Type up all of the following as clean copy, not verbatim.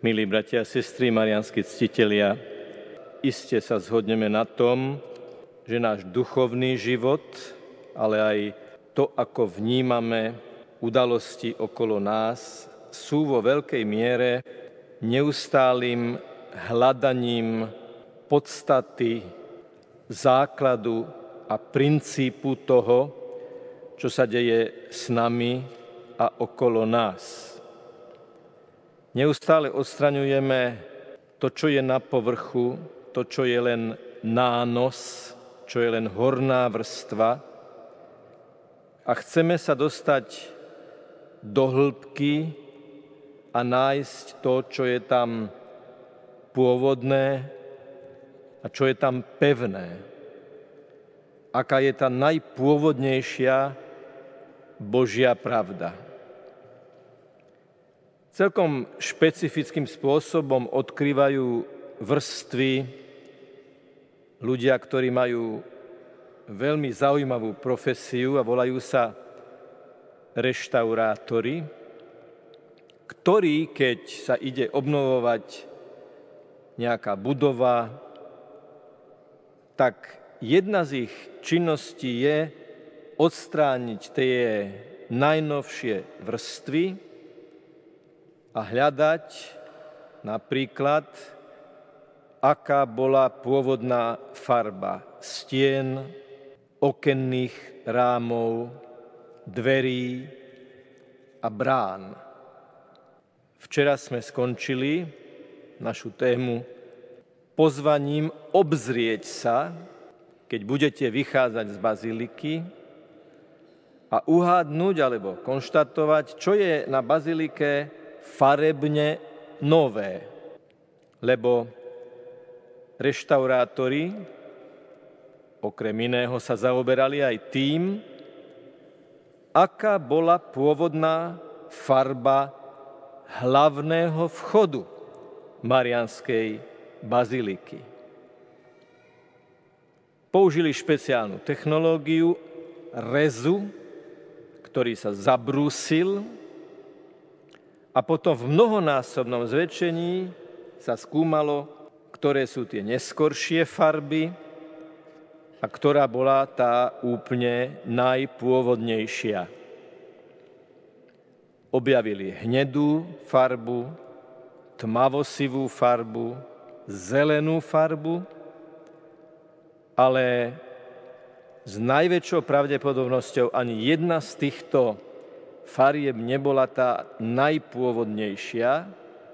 Milí bratia a sestry, mariánski ctitelia, iste sa zhodneme na tom, že náš duchovný život, ale aj to, ako vnímame udalosti okolo nás, sú vo veľkej miere neustálym hľadaním podstaty, základu a princípu toho, čo sa deje s nami a okolo nás. Neustále odstraňujeme to, čo je na povrchu, to, čo je len nános, čo je len horná vrstva a chceme sa dostať do hĺbky a nájsť to, čo je tam pôvodné a čo je tam pevné. Aká je tá najpôvodnejšia Božia pravda. Celkom špecifickým spôsobom odkrývajú vrstvy ľudia, ktorí majú veľmi zaujímavú profesiu a volajú sa reštaurátori, ktorí, keď sa ide obnovovať nejaká budova, tak jedna z ich činností je odstrániť tie najnovšie vrstvy a hľadať napríklad, aká bola pôvodná farba stien, okenných rámov, dverí a brán. Včera sme skončili našu tému pozvaním obzrieť sa, keď budete vychádzať z baziliky a uhádnuť alebo konštatovať, čo je na bazilike farebne nové. Lebo reštaurátori okrem iného sa zaoberali aj tým, aká bola pôvodná farba hlavného vchodu Mariánskej baziliky. Použili špeciálnu technológiu rezu, ktorý sa zabrúsil a potom v mnohonásobnom zväčšení sa skúmalo, ktoré sú tie neskoršie farby a ktorá bola tá úplne najpôvodnejšia. Objavili hnedú farbu, tmavosivú farbu, zelenú farbu, ale s najväčšou pravdepodobnosťou ani jedna z týchto farieb nebola tá najpôvodnejšia.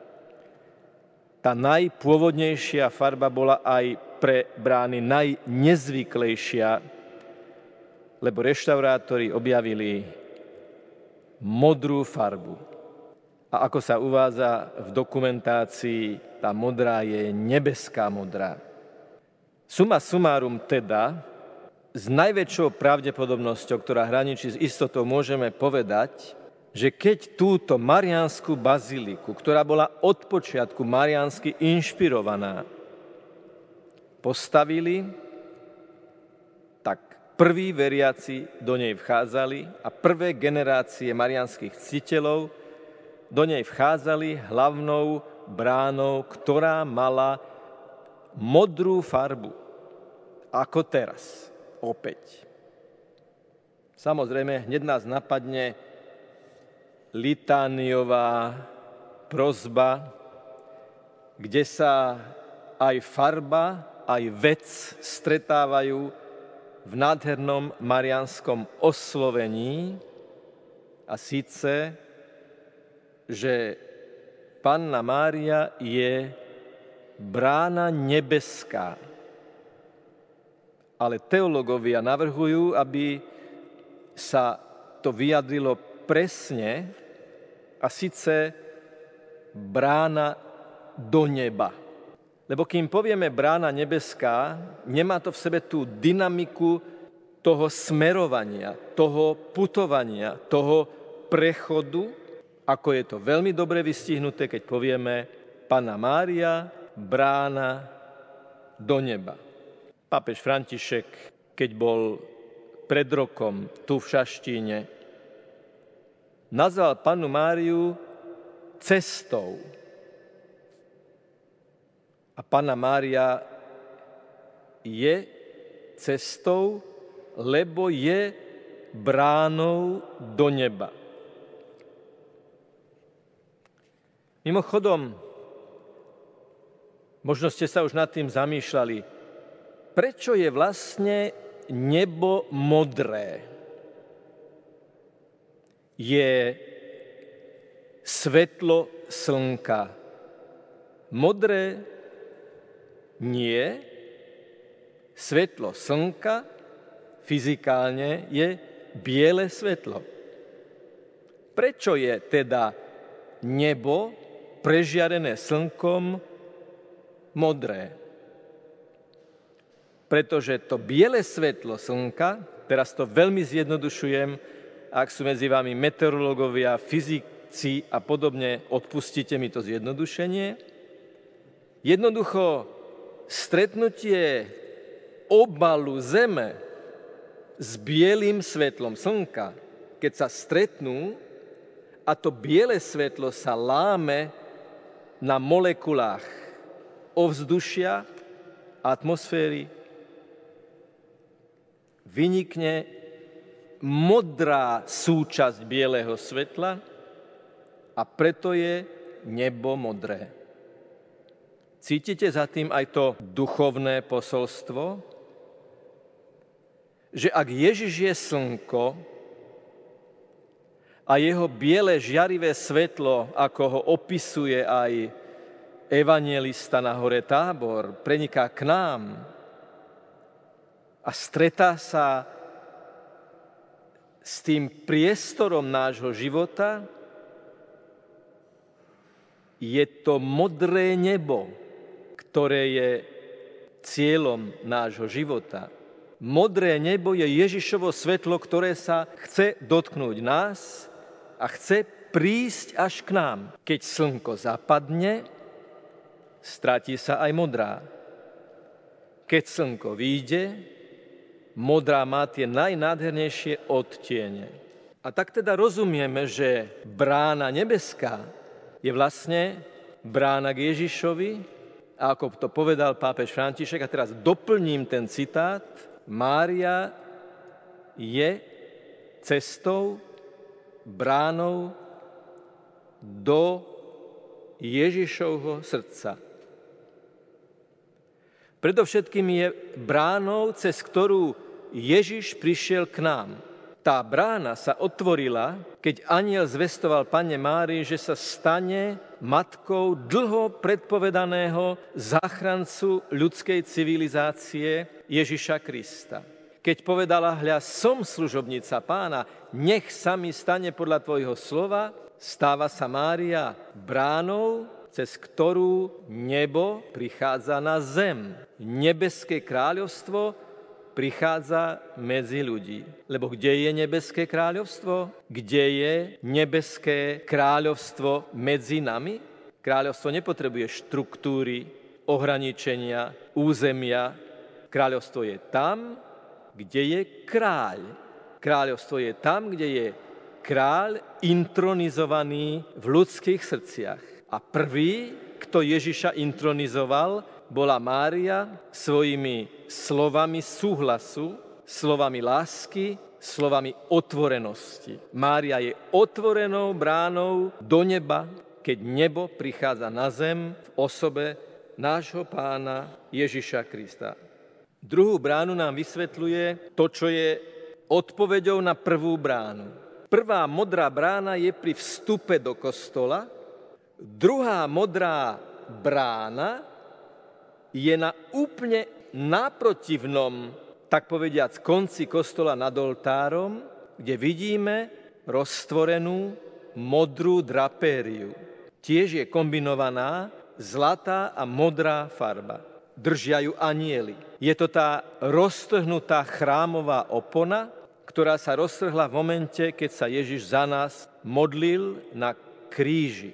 Tá najpôvodnejšia farba bola aj pre brány najnezvyklejšia, lebo reštaurátori objavili modrú farbu. A ako sa uvádza v dokumentácii, tá modrá je nebeská modrá. Summa summarum teda, s najväčšou pravdepodobnosťou, ktorá hraničí s istotou, môžeme povedať, že keď túto mariánsku baziliku, ktorá bola od počiatku mariánsky inšpirovaná, postavili, tak prví veriaci do nej vchádzali a prvé generácie mariánskych ctiteľov do nej vchádzali hlavnou bránou, ktorá mala modrú farbu, ako teraz. Opäť. Samozrejme, hneď nás napadne litániová prosba, kde sa aj farba, aj vec stretávajú v nádhernom mariánskom oslovení a síce, že Panna Mária je brána nebeská. Ale teológovia navrhujú, aby sa to vyjadrilo presne, a síce brána do neba. Lebo kým povieme brána nebeská, nemá to v sebe tú dynamiku toho smerovania, toho putovania, toho prechodu, ako je to veľmi dobre vystihnuté, keď povieme Panna Mária, brána do neba. Pápež František, keď bol pred rokom tu v Šaštíne, nazval Pannu Máriu cestou. A Panna Mária je cestou, lebo je bránou do neba. Mimochodom, možno ste sa už nad tým zamýšľali, prečo je vlastne nebo modré? Je svetlo slnka modré? Nie. Svetlo slnka fyzikálne je biele svetlo. Prečo je teda nebo prežiarené slnkom modré? Pretože to biele svetlo slnka, teraz to veľmi zjednodušujem, ak sú medzi vami meteorológovia, fyzici a podobne, odpustite mi to zjednodušenie. Jednoducho stretnutie obalu Zeme s bielým svetlom slnka, keď sa stretnú a to biele svetlo sa láme na molekulách ovzdušia, atmosféry, vynikne modrá súčasť bieleho svetla a preto je nebo modré. Cítite za tým aj to duchovné posolstvo? Že ak Ježiš je slnko a jeho biele žiarivé svetlo, ako ho opisuje aj evanjelista na hore Tábor, preniká k nám a stretá sa s tým priestorom nášho života, je to modré nebo, ktoré je cieľom nášho života. Modré nebo je Ježišovo svetlo, ktoré sa chce dotknúť nás a chce prísť až k nám. Keď slnko zapadne, stratí sa aj modrá. Keď slnko vyjde, modrá má tie najnádhernejšie odtiene. A tak teda rozumieme, že brána nebeská je vlastne brána k Ježišovi, a ako to povedal pápež František, a teraz doplním ten citát, Mária je cestou, bránou do Ježišovho srdca. Predovšetkým je bránou, cez ktorú Ježiš prišiel k nám. Tá brána sa otvorila, keď anjel zvestoval Panne Márii, že sa stane matkou dlho predpovedaného záchrancu ľudskej civilizácie Ježiša Krista. Keď povedala, hľa, som služobnica Pána, nech sa mi stane podľa tvojho slova, stáva sa Mária bránou, cez ktorú nebo prichádza na zem. Nebeské kráľovstvo prichádza medzi ľudí. Lebo kde je nebeské kráľovstvo? Kde je nebeské kráľovstvo medzi nami? Kráľovstvo nepotrebuje štruktúry, ohraničenia, územia. Kráľovstvo je tam, kde je kráľ. Kráľovstvo je tam, kde je kráľ intronizovaný v ľudských srdciach. A prvý, kto Ježiša intronizoval, bola Mária svojimi slovami súhlasu, slovami lásky, slovami otvorenosti. Mária je otvorenou bránou do neba, keď nebo prichádza na zem v osobe nášho Pána Ježiša Krista. Druhú bránu nám vysvetľuje to, čo je odpoveďou na prvú bránu. Prvá modrá brána je pri vstupe do kostola, druhá modrá brána je na úplne náprotivnom, tak povediac, konci kostola nad oltárom, kde vidíme roztvorenú modrú drapériu. Tiež je kombinovaná zlatá a modrá farba. Držia ju anjeli. Je to tá roztrhnutá chrámová opona, ktorá sa roztrhla v momente, keď sa Ježiš za nás modlil na kríži.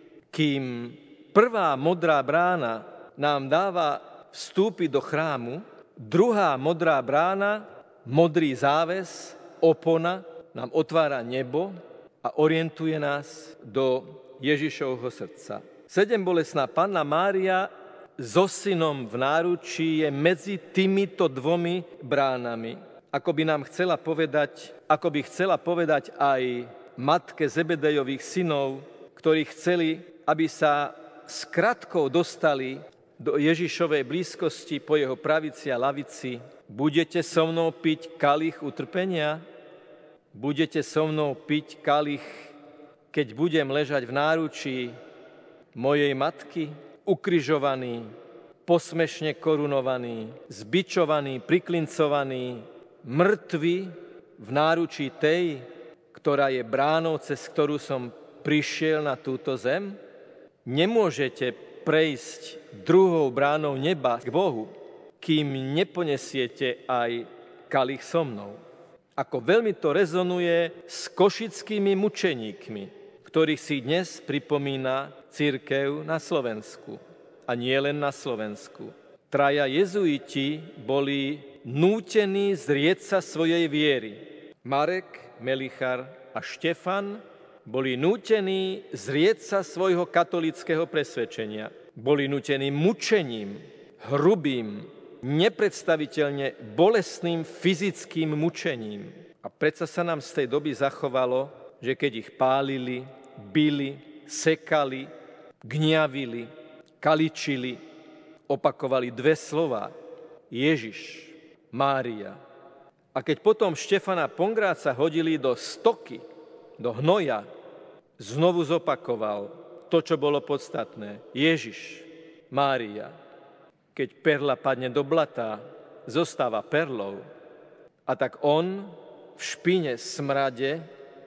Kým prvá modrá brána nám dáva vstúpiť do chrámu, druhá modrá brána, modrý záves, opona, nám otvára nebo a orientuje nás do Ježišovho srdca. Sedembolestná Panna Mária so synom v náručí je medzi týmito dvomi bránami. Ako by chcela povedať aj matke Zebedejových synov, ktorí chceli, aby sa s kratkou dostali do Ježišovej blízkosti po jeho pravici a lavici. Budete so mnou piť kalich utrpenia? Budete so mnou piť kalich, keď budem ležať v náručí mojej matky, ukrižovaný, posmešne korunovaný, zbičovaný, priklincovaný, mŕtvy v náručí tej, ktorá je bránou, cez ktorú som prišiel na túto zem? Nemôžete prejsť druhou bránou neba k Bohu, kým neponesiete aj kalich so mnou. Ako veľmi to rezonuje s košickými mučeníkmi, ktorých si dnes pripomína cirkev na Slovensku. A nie len na Slovensku. Traja jezuiti boli nútení zrieť sa svojej viery. Marek, Melichar a Štefan boli nútení zrieť sa svojho katolického presvedčenia. Boli nútení mučením, hrubým, nepredstaviteľne bolestným fyzickým mučením. A predsa sa nám z tej doby zachovalo, že keď ich pálili, bili, sekali, gňavili, kaličili, opakovali dve slová: Ježiš, Mária. A keď potom Štefana Pongráca hodili do stoky, do hnoja, znovu zopakoval to, čo bolo podstatné: Ježiš, Mária. Keď perla padne do blata, zostáva perlou. A tak on v špine smrade,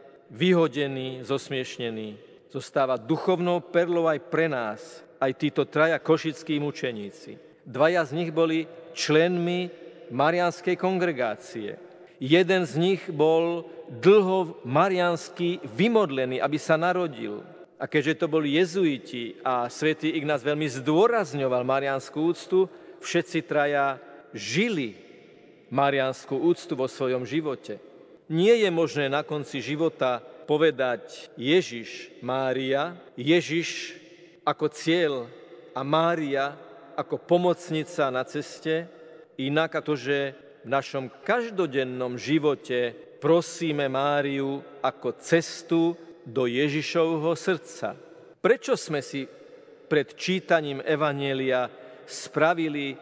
vyhodený, zosmiešnený, zostáva duchovnou perlou aj pre nás, aj títo traja košickí mučeníci. Dvaja z nich boli členmi mariánskej kongregácie. Jeden z nich bol dlho mariánsky vymodlený, aby sa narodil. A keďže to boli jezuiti a svätý Ignác veľmi zdôrazňoval mariánsku úctu, všetci traja žili mariánsku úctu vo svojom živote. Nie je možné na konci života povedať Ježiš, Mária, Ježiš ako cieľ a Mária ako pomocnica na ceste, inak ako že v našom každodennom živote prosíme Máriu ako cestu do Ježišovho srdca. Prečo sme si pred čítaním Evanjelia spravili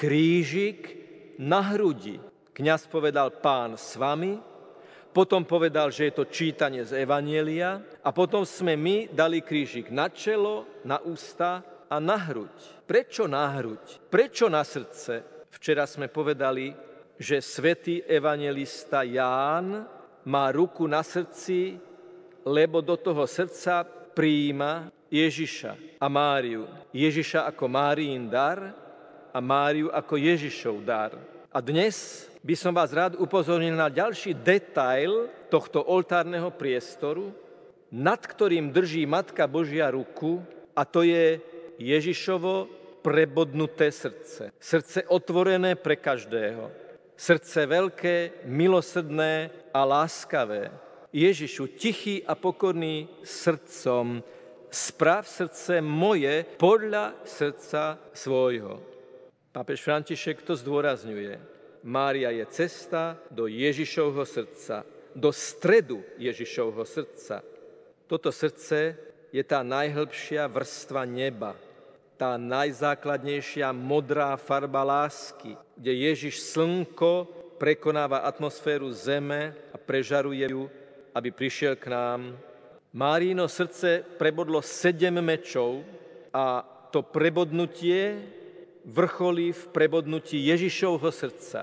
krížik na hrudi? Kňaz povedal: Pán s vami, potom povedal, že je to čítanie z Evanjelia a potom sme my dali krížik na čelo, na ústa a na hruď. Prečo na hruď? Prečo na srdce? Včera sme povedali, že svätý evanjelista Ján má ruku na srdci, lebo do toho srdca prijíma Ježiša a Máriu. Ježiša ako Máriin dar a Máriu ako Ježišov dar. A dnes by som vás rád upozornil na ďalší detail tohto oltárneho priestoru, nad ktorým drží Matka Božia ruku, a to je Ježišovo prebodnuté srdce. Srdce otvorené pre každého. Srdce veľké, milosrdné a láskavé. Ježišu, tichý a pokorný srdcom, správ srdce moje podľa srdca svojho. Pápež František to zdôrazňuje. Mária je cesta do Ježišovho srdca, do stredu Ježišovho srdca. Toto srdce je tá najhlbšia vrstva neba, tá najzákladnejšia modrá farba lásky, kde Ježiš slnko prekonáva atmosféru zeme a prežaruje ju, aby prišiel k nám. Márino srdce prebodlo 7 mečov a to prebodnutie vrcholí v prebodnutí Ježišovho srdca,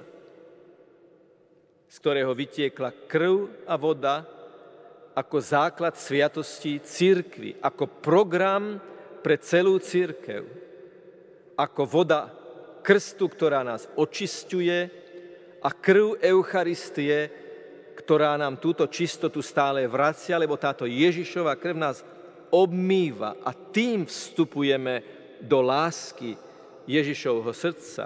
z ktorého vytiekla krv a voda ako základ sviatostí cirkvi, ako program pre celú cirkev, ako voda krstu, ktorá nás očisťuje, a krv Eucharistie, ktorá nám túto čistotu stále vracia, lebo táto Ježišova krv nás obmýva a tým vstupujeme do lásky Ježišovho srdca.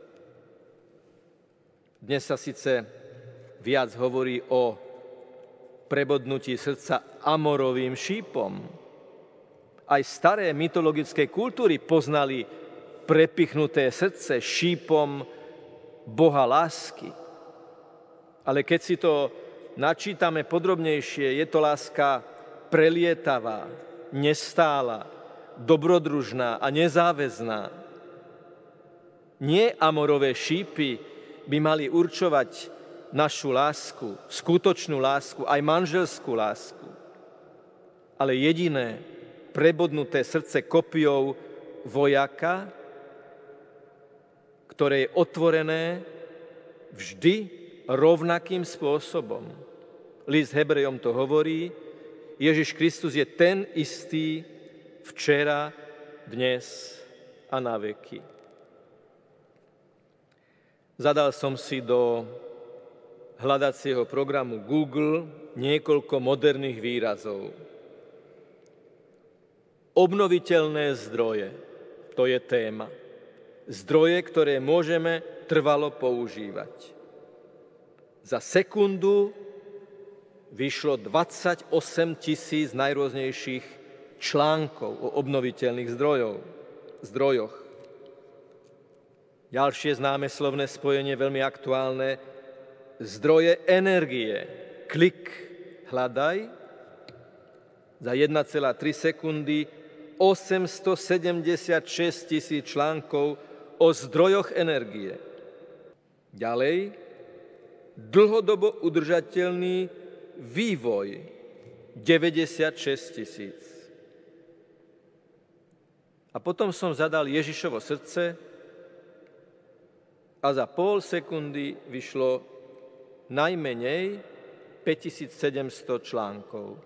Dnes sa síce viac hovorí o prebodnutí srdca amorovým šípom. Aj staré mytologické kultúry poznali prepichnuté srdce šípom Boha lásky. Ale keď si to načítame podrobnejšie, je to láska prelietavá, nestála, dobrodružná a nezáväzná. Nie amorové šípy by mali určovať našu lásku, skutočnú lásku, aj manželskú lásku. Ale jediné prebodnuté srdce kopiou vojaka, ktoré je otvorené vždy rovnakým spôsobom. List Hebrejom to hovorí, Ježiš Kristus je ten istý včera, dnes a na veky. Zadal som si do hľadacieho programu Google niekoľko moderných výrazov. Obnoviteľné zdroje, to je téma. Zdroje, ktoré môžeme trvalo používať. Za sekundu vyšlo 28 000 najrôznejších článkov o obnoviteľných zdrojoch. Ďalšie známe slovné spojenie, veľmi aktuálne, zdroje energie. Klik, hľadaj, za 1,3 sekundy 876 000 článkov o zdrojoch energie. Ďalej, dlhodobo udržateľný vývoj, 96 000. A potom som zadal Ježišovo srdce a za pol sekundy vyšlo najmenej 5700 článkov.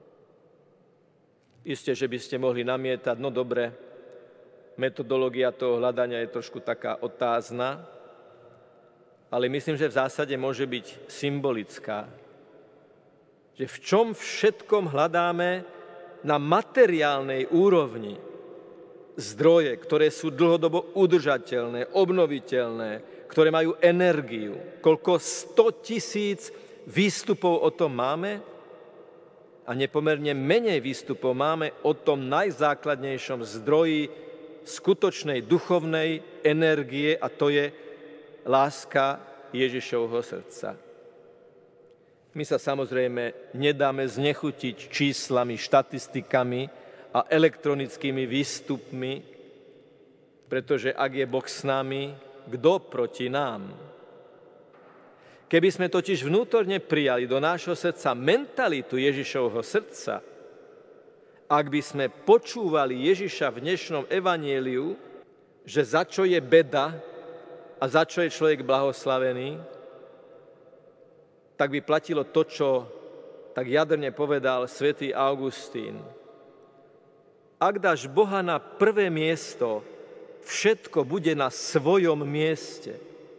Isté, že by ste mohli namietať, no dobre, metodológia toho hľadania je trošku taká otázna, ale myslím, že v zásade môže byť symbolická. Že v čom všetkom hľadáme na materiálnej úrovni zdroje, ktoré sú dlhodobo udržateľné, obnoviteľné, ktoré majú energiu. Koľko 100 000 výstupov o tom máme a nepomerne menej výstupov máme o tom najzákladnejšom zdroji skutočnej duchovnej energie, a to je láska Ježišovho srdca. My sa samozrejme nedáme znechutiť číslami, štatistikami a elektronickými výstupmi, pretože ak je Boh s nami, kto proti nám? Keby sme totiž vnútorne prijali do nášho srdca mentalitu Ježišovho srdca, ak by sme počúvali Ježiša v dnešnom evanjeliu, že za čo je beda a za čo je človek blahoslavený, tak by platilo to, čo tak jadrne povedal svätý Augustín. Ak dáš Boha na prvé miesto, všetko bude na svojom mieste.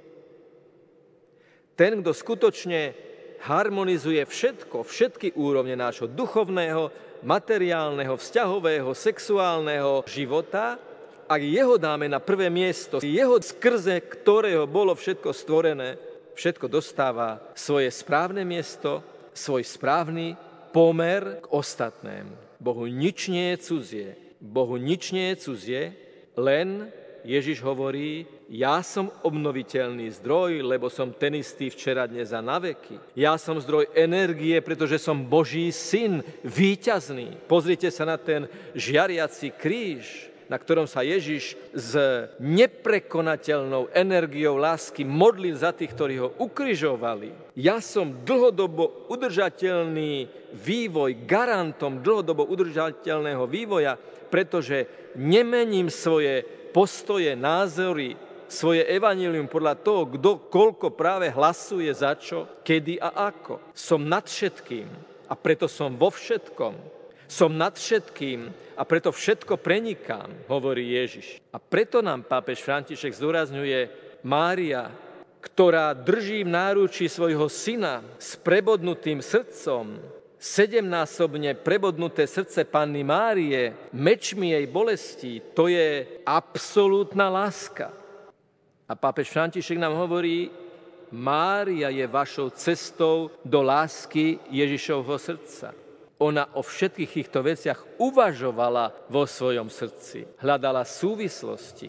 Ten, kto skutočne harmonizuje všetky úrovne nášho duchovného, materiálneho, vzťahového, sexuálneho života, ak jeho dáme na prvé miesto, jeho skrze ktorého bolo všetko stvorené, všetko dostáva svoje správne miesto, svoj správny pomer k ostatnému. Bohu nič nie je cudzie. Bohu nič nie je cudzie, len Ježiš hovorí, ja som obnoviteľný zdroj, lebo som ten istý včera, dnes a na veky. Ja som zdroj energie, pretože som Boží syn, víťazný. Pozrite sa na ten žiariaci kríž, na ktorom sa Ježiš s neprekonateľnou energiou lásky modlil za tých, ktorí ho ukrižovali. Ja som dlhodobo udržateľný vývoj, garantom dlhodobo udržateľného vývoja, pretože nemením svoje postoje, názory, svoje evanjelium podľa toho, kto koľko práve hlasuje za čo, kedy a ako. Som nad všetkým a preto som vo všetkom. Som nad všetkým a preto všetko prenikám, hovorí Ježiš. A preto nám pápež František zdôrazňuje Mária, ktorá drží v náručí svojho syna s prebodnutým srdcom, 7-násobne prebodnuté srdce Panny Márie, mečmi jej bolestí, to je absolútna láska. A pápež František nám hovorí, Mária je vašou cestou do lásky Ježišovho srdca. Ona o všetkých týchto veciach uvažovala vo svojom srdci, hľadala súvislosti.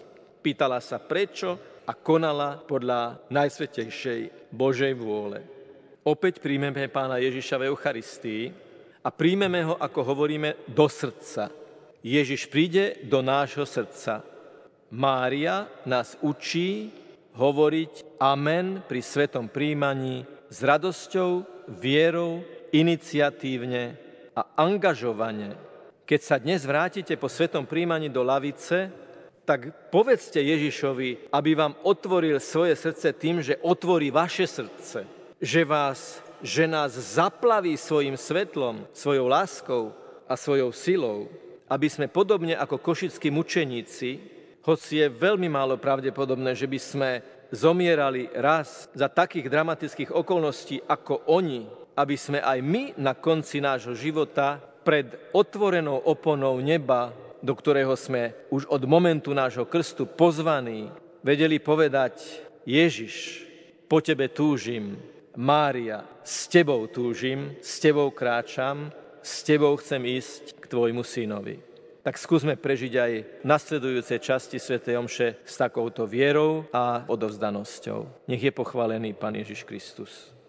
Pýtala sa prečo a konala podľa najsvätejšej Božej vôle. Opäť príjmeme Pána Ježiša v Eucharistii a príjmeme ho, ako hovoríme, do srdca. Ježiš príde do nášho srdca. Mária nás učí hovoriť amen pri svetom príjmaní s radosťou, vierou, iniciatívne a angažovane. Keď sa dnes vrátite po svetom príjmaní do lavice, tak povedzte Ježišovi, aby vám otvoril svoje srdce tým, že otvorí vaše srdce. Že nás zaplaví svojim svetlom, svojou láskou a svojou silou, aby sme podobne ako košickí mučeníci, hoci je veľmi málo pravdepodobné, že by sme zomierali raz za takých dramatických okolností ako oni, aby sme aj my na konci nášho života pred otvorenou oponou neba, do ktorého sme už od momentu nášho krstu pozvaní, vedeli povedať: Ježiš, po tebe túžim, Mária, s tebou túžim, s tebou kráčam, s tebou chcem ísť k tvojmu synovi. Tak skúsme prežiť aj nasledujúce časti svätej omše s takouto vierou a odovzdanosťou. Nech je pochválený Pán Ježiš Kristus.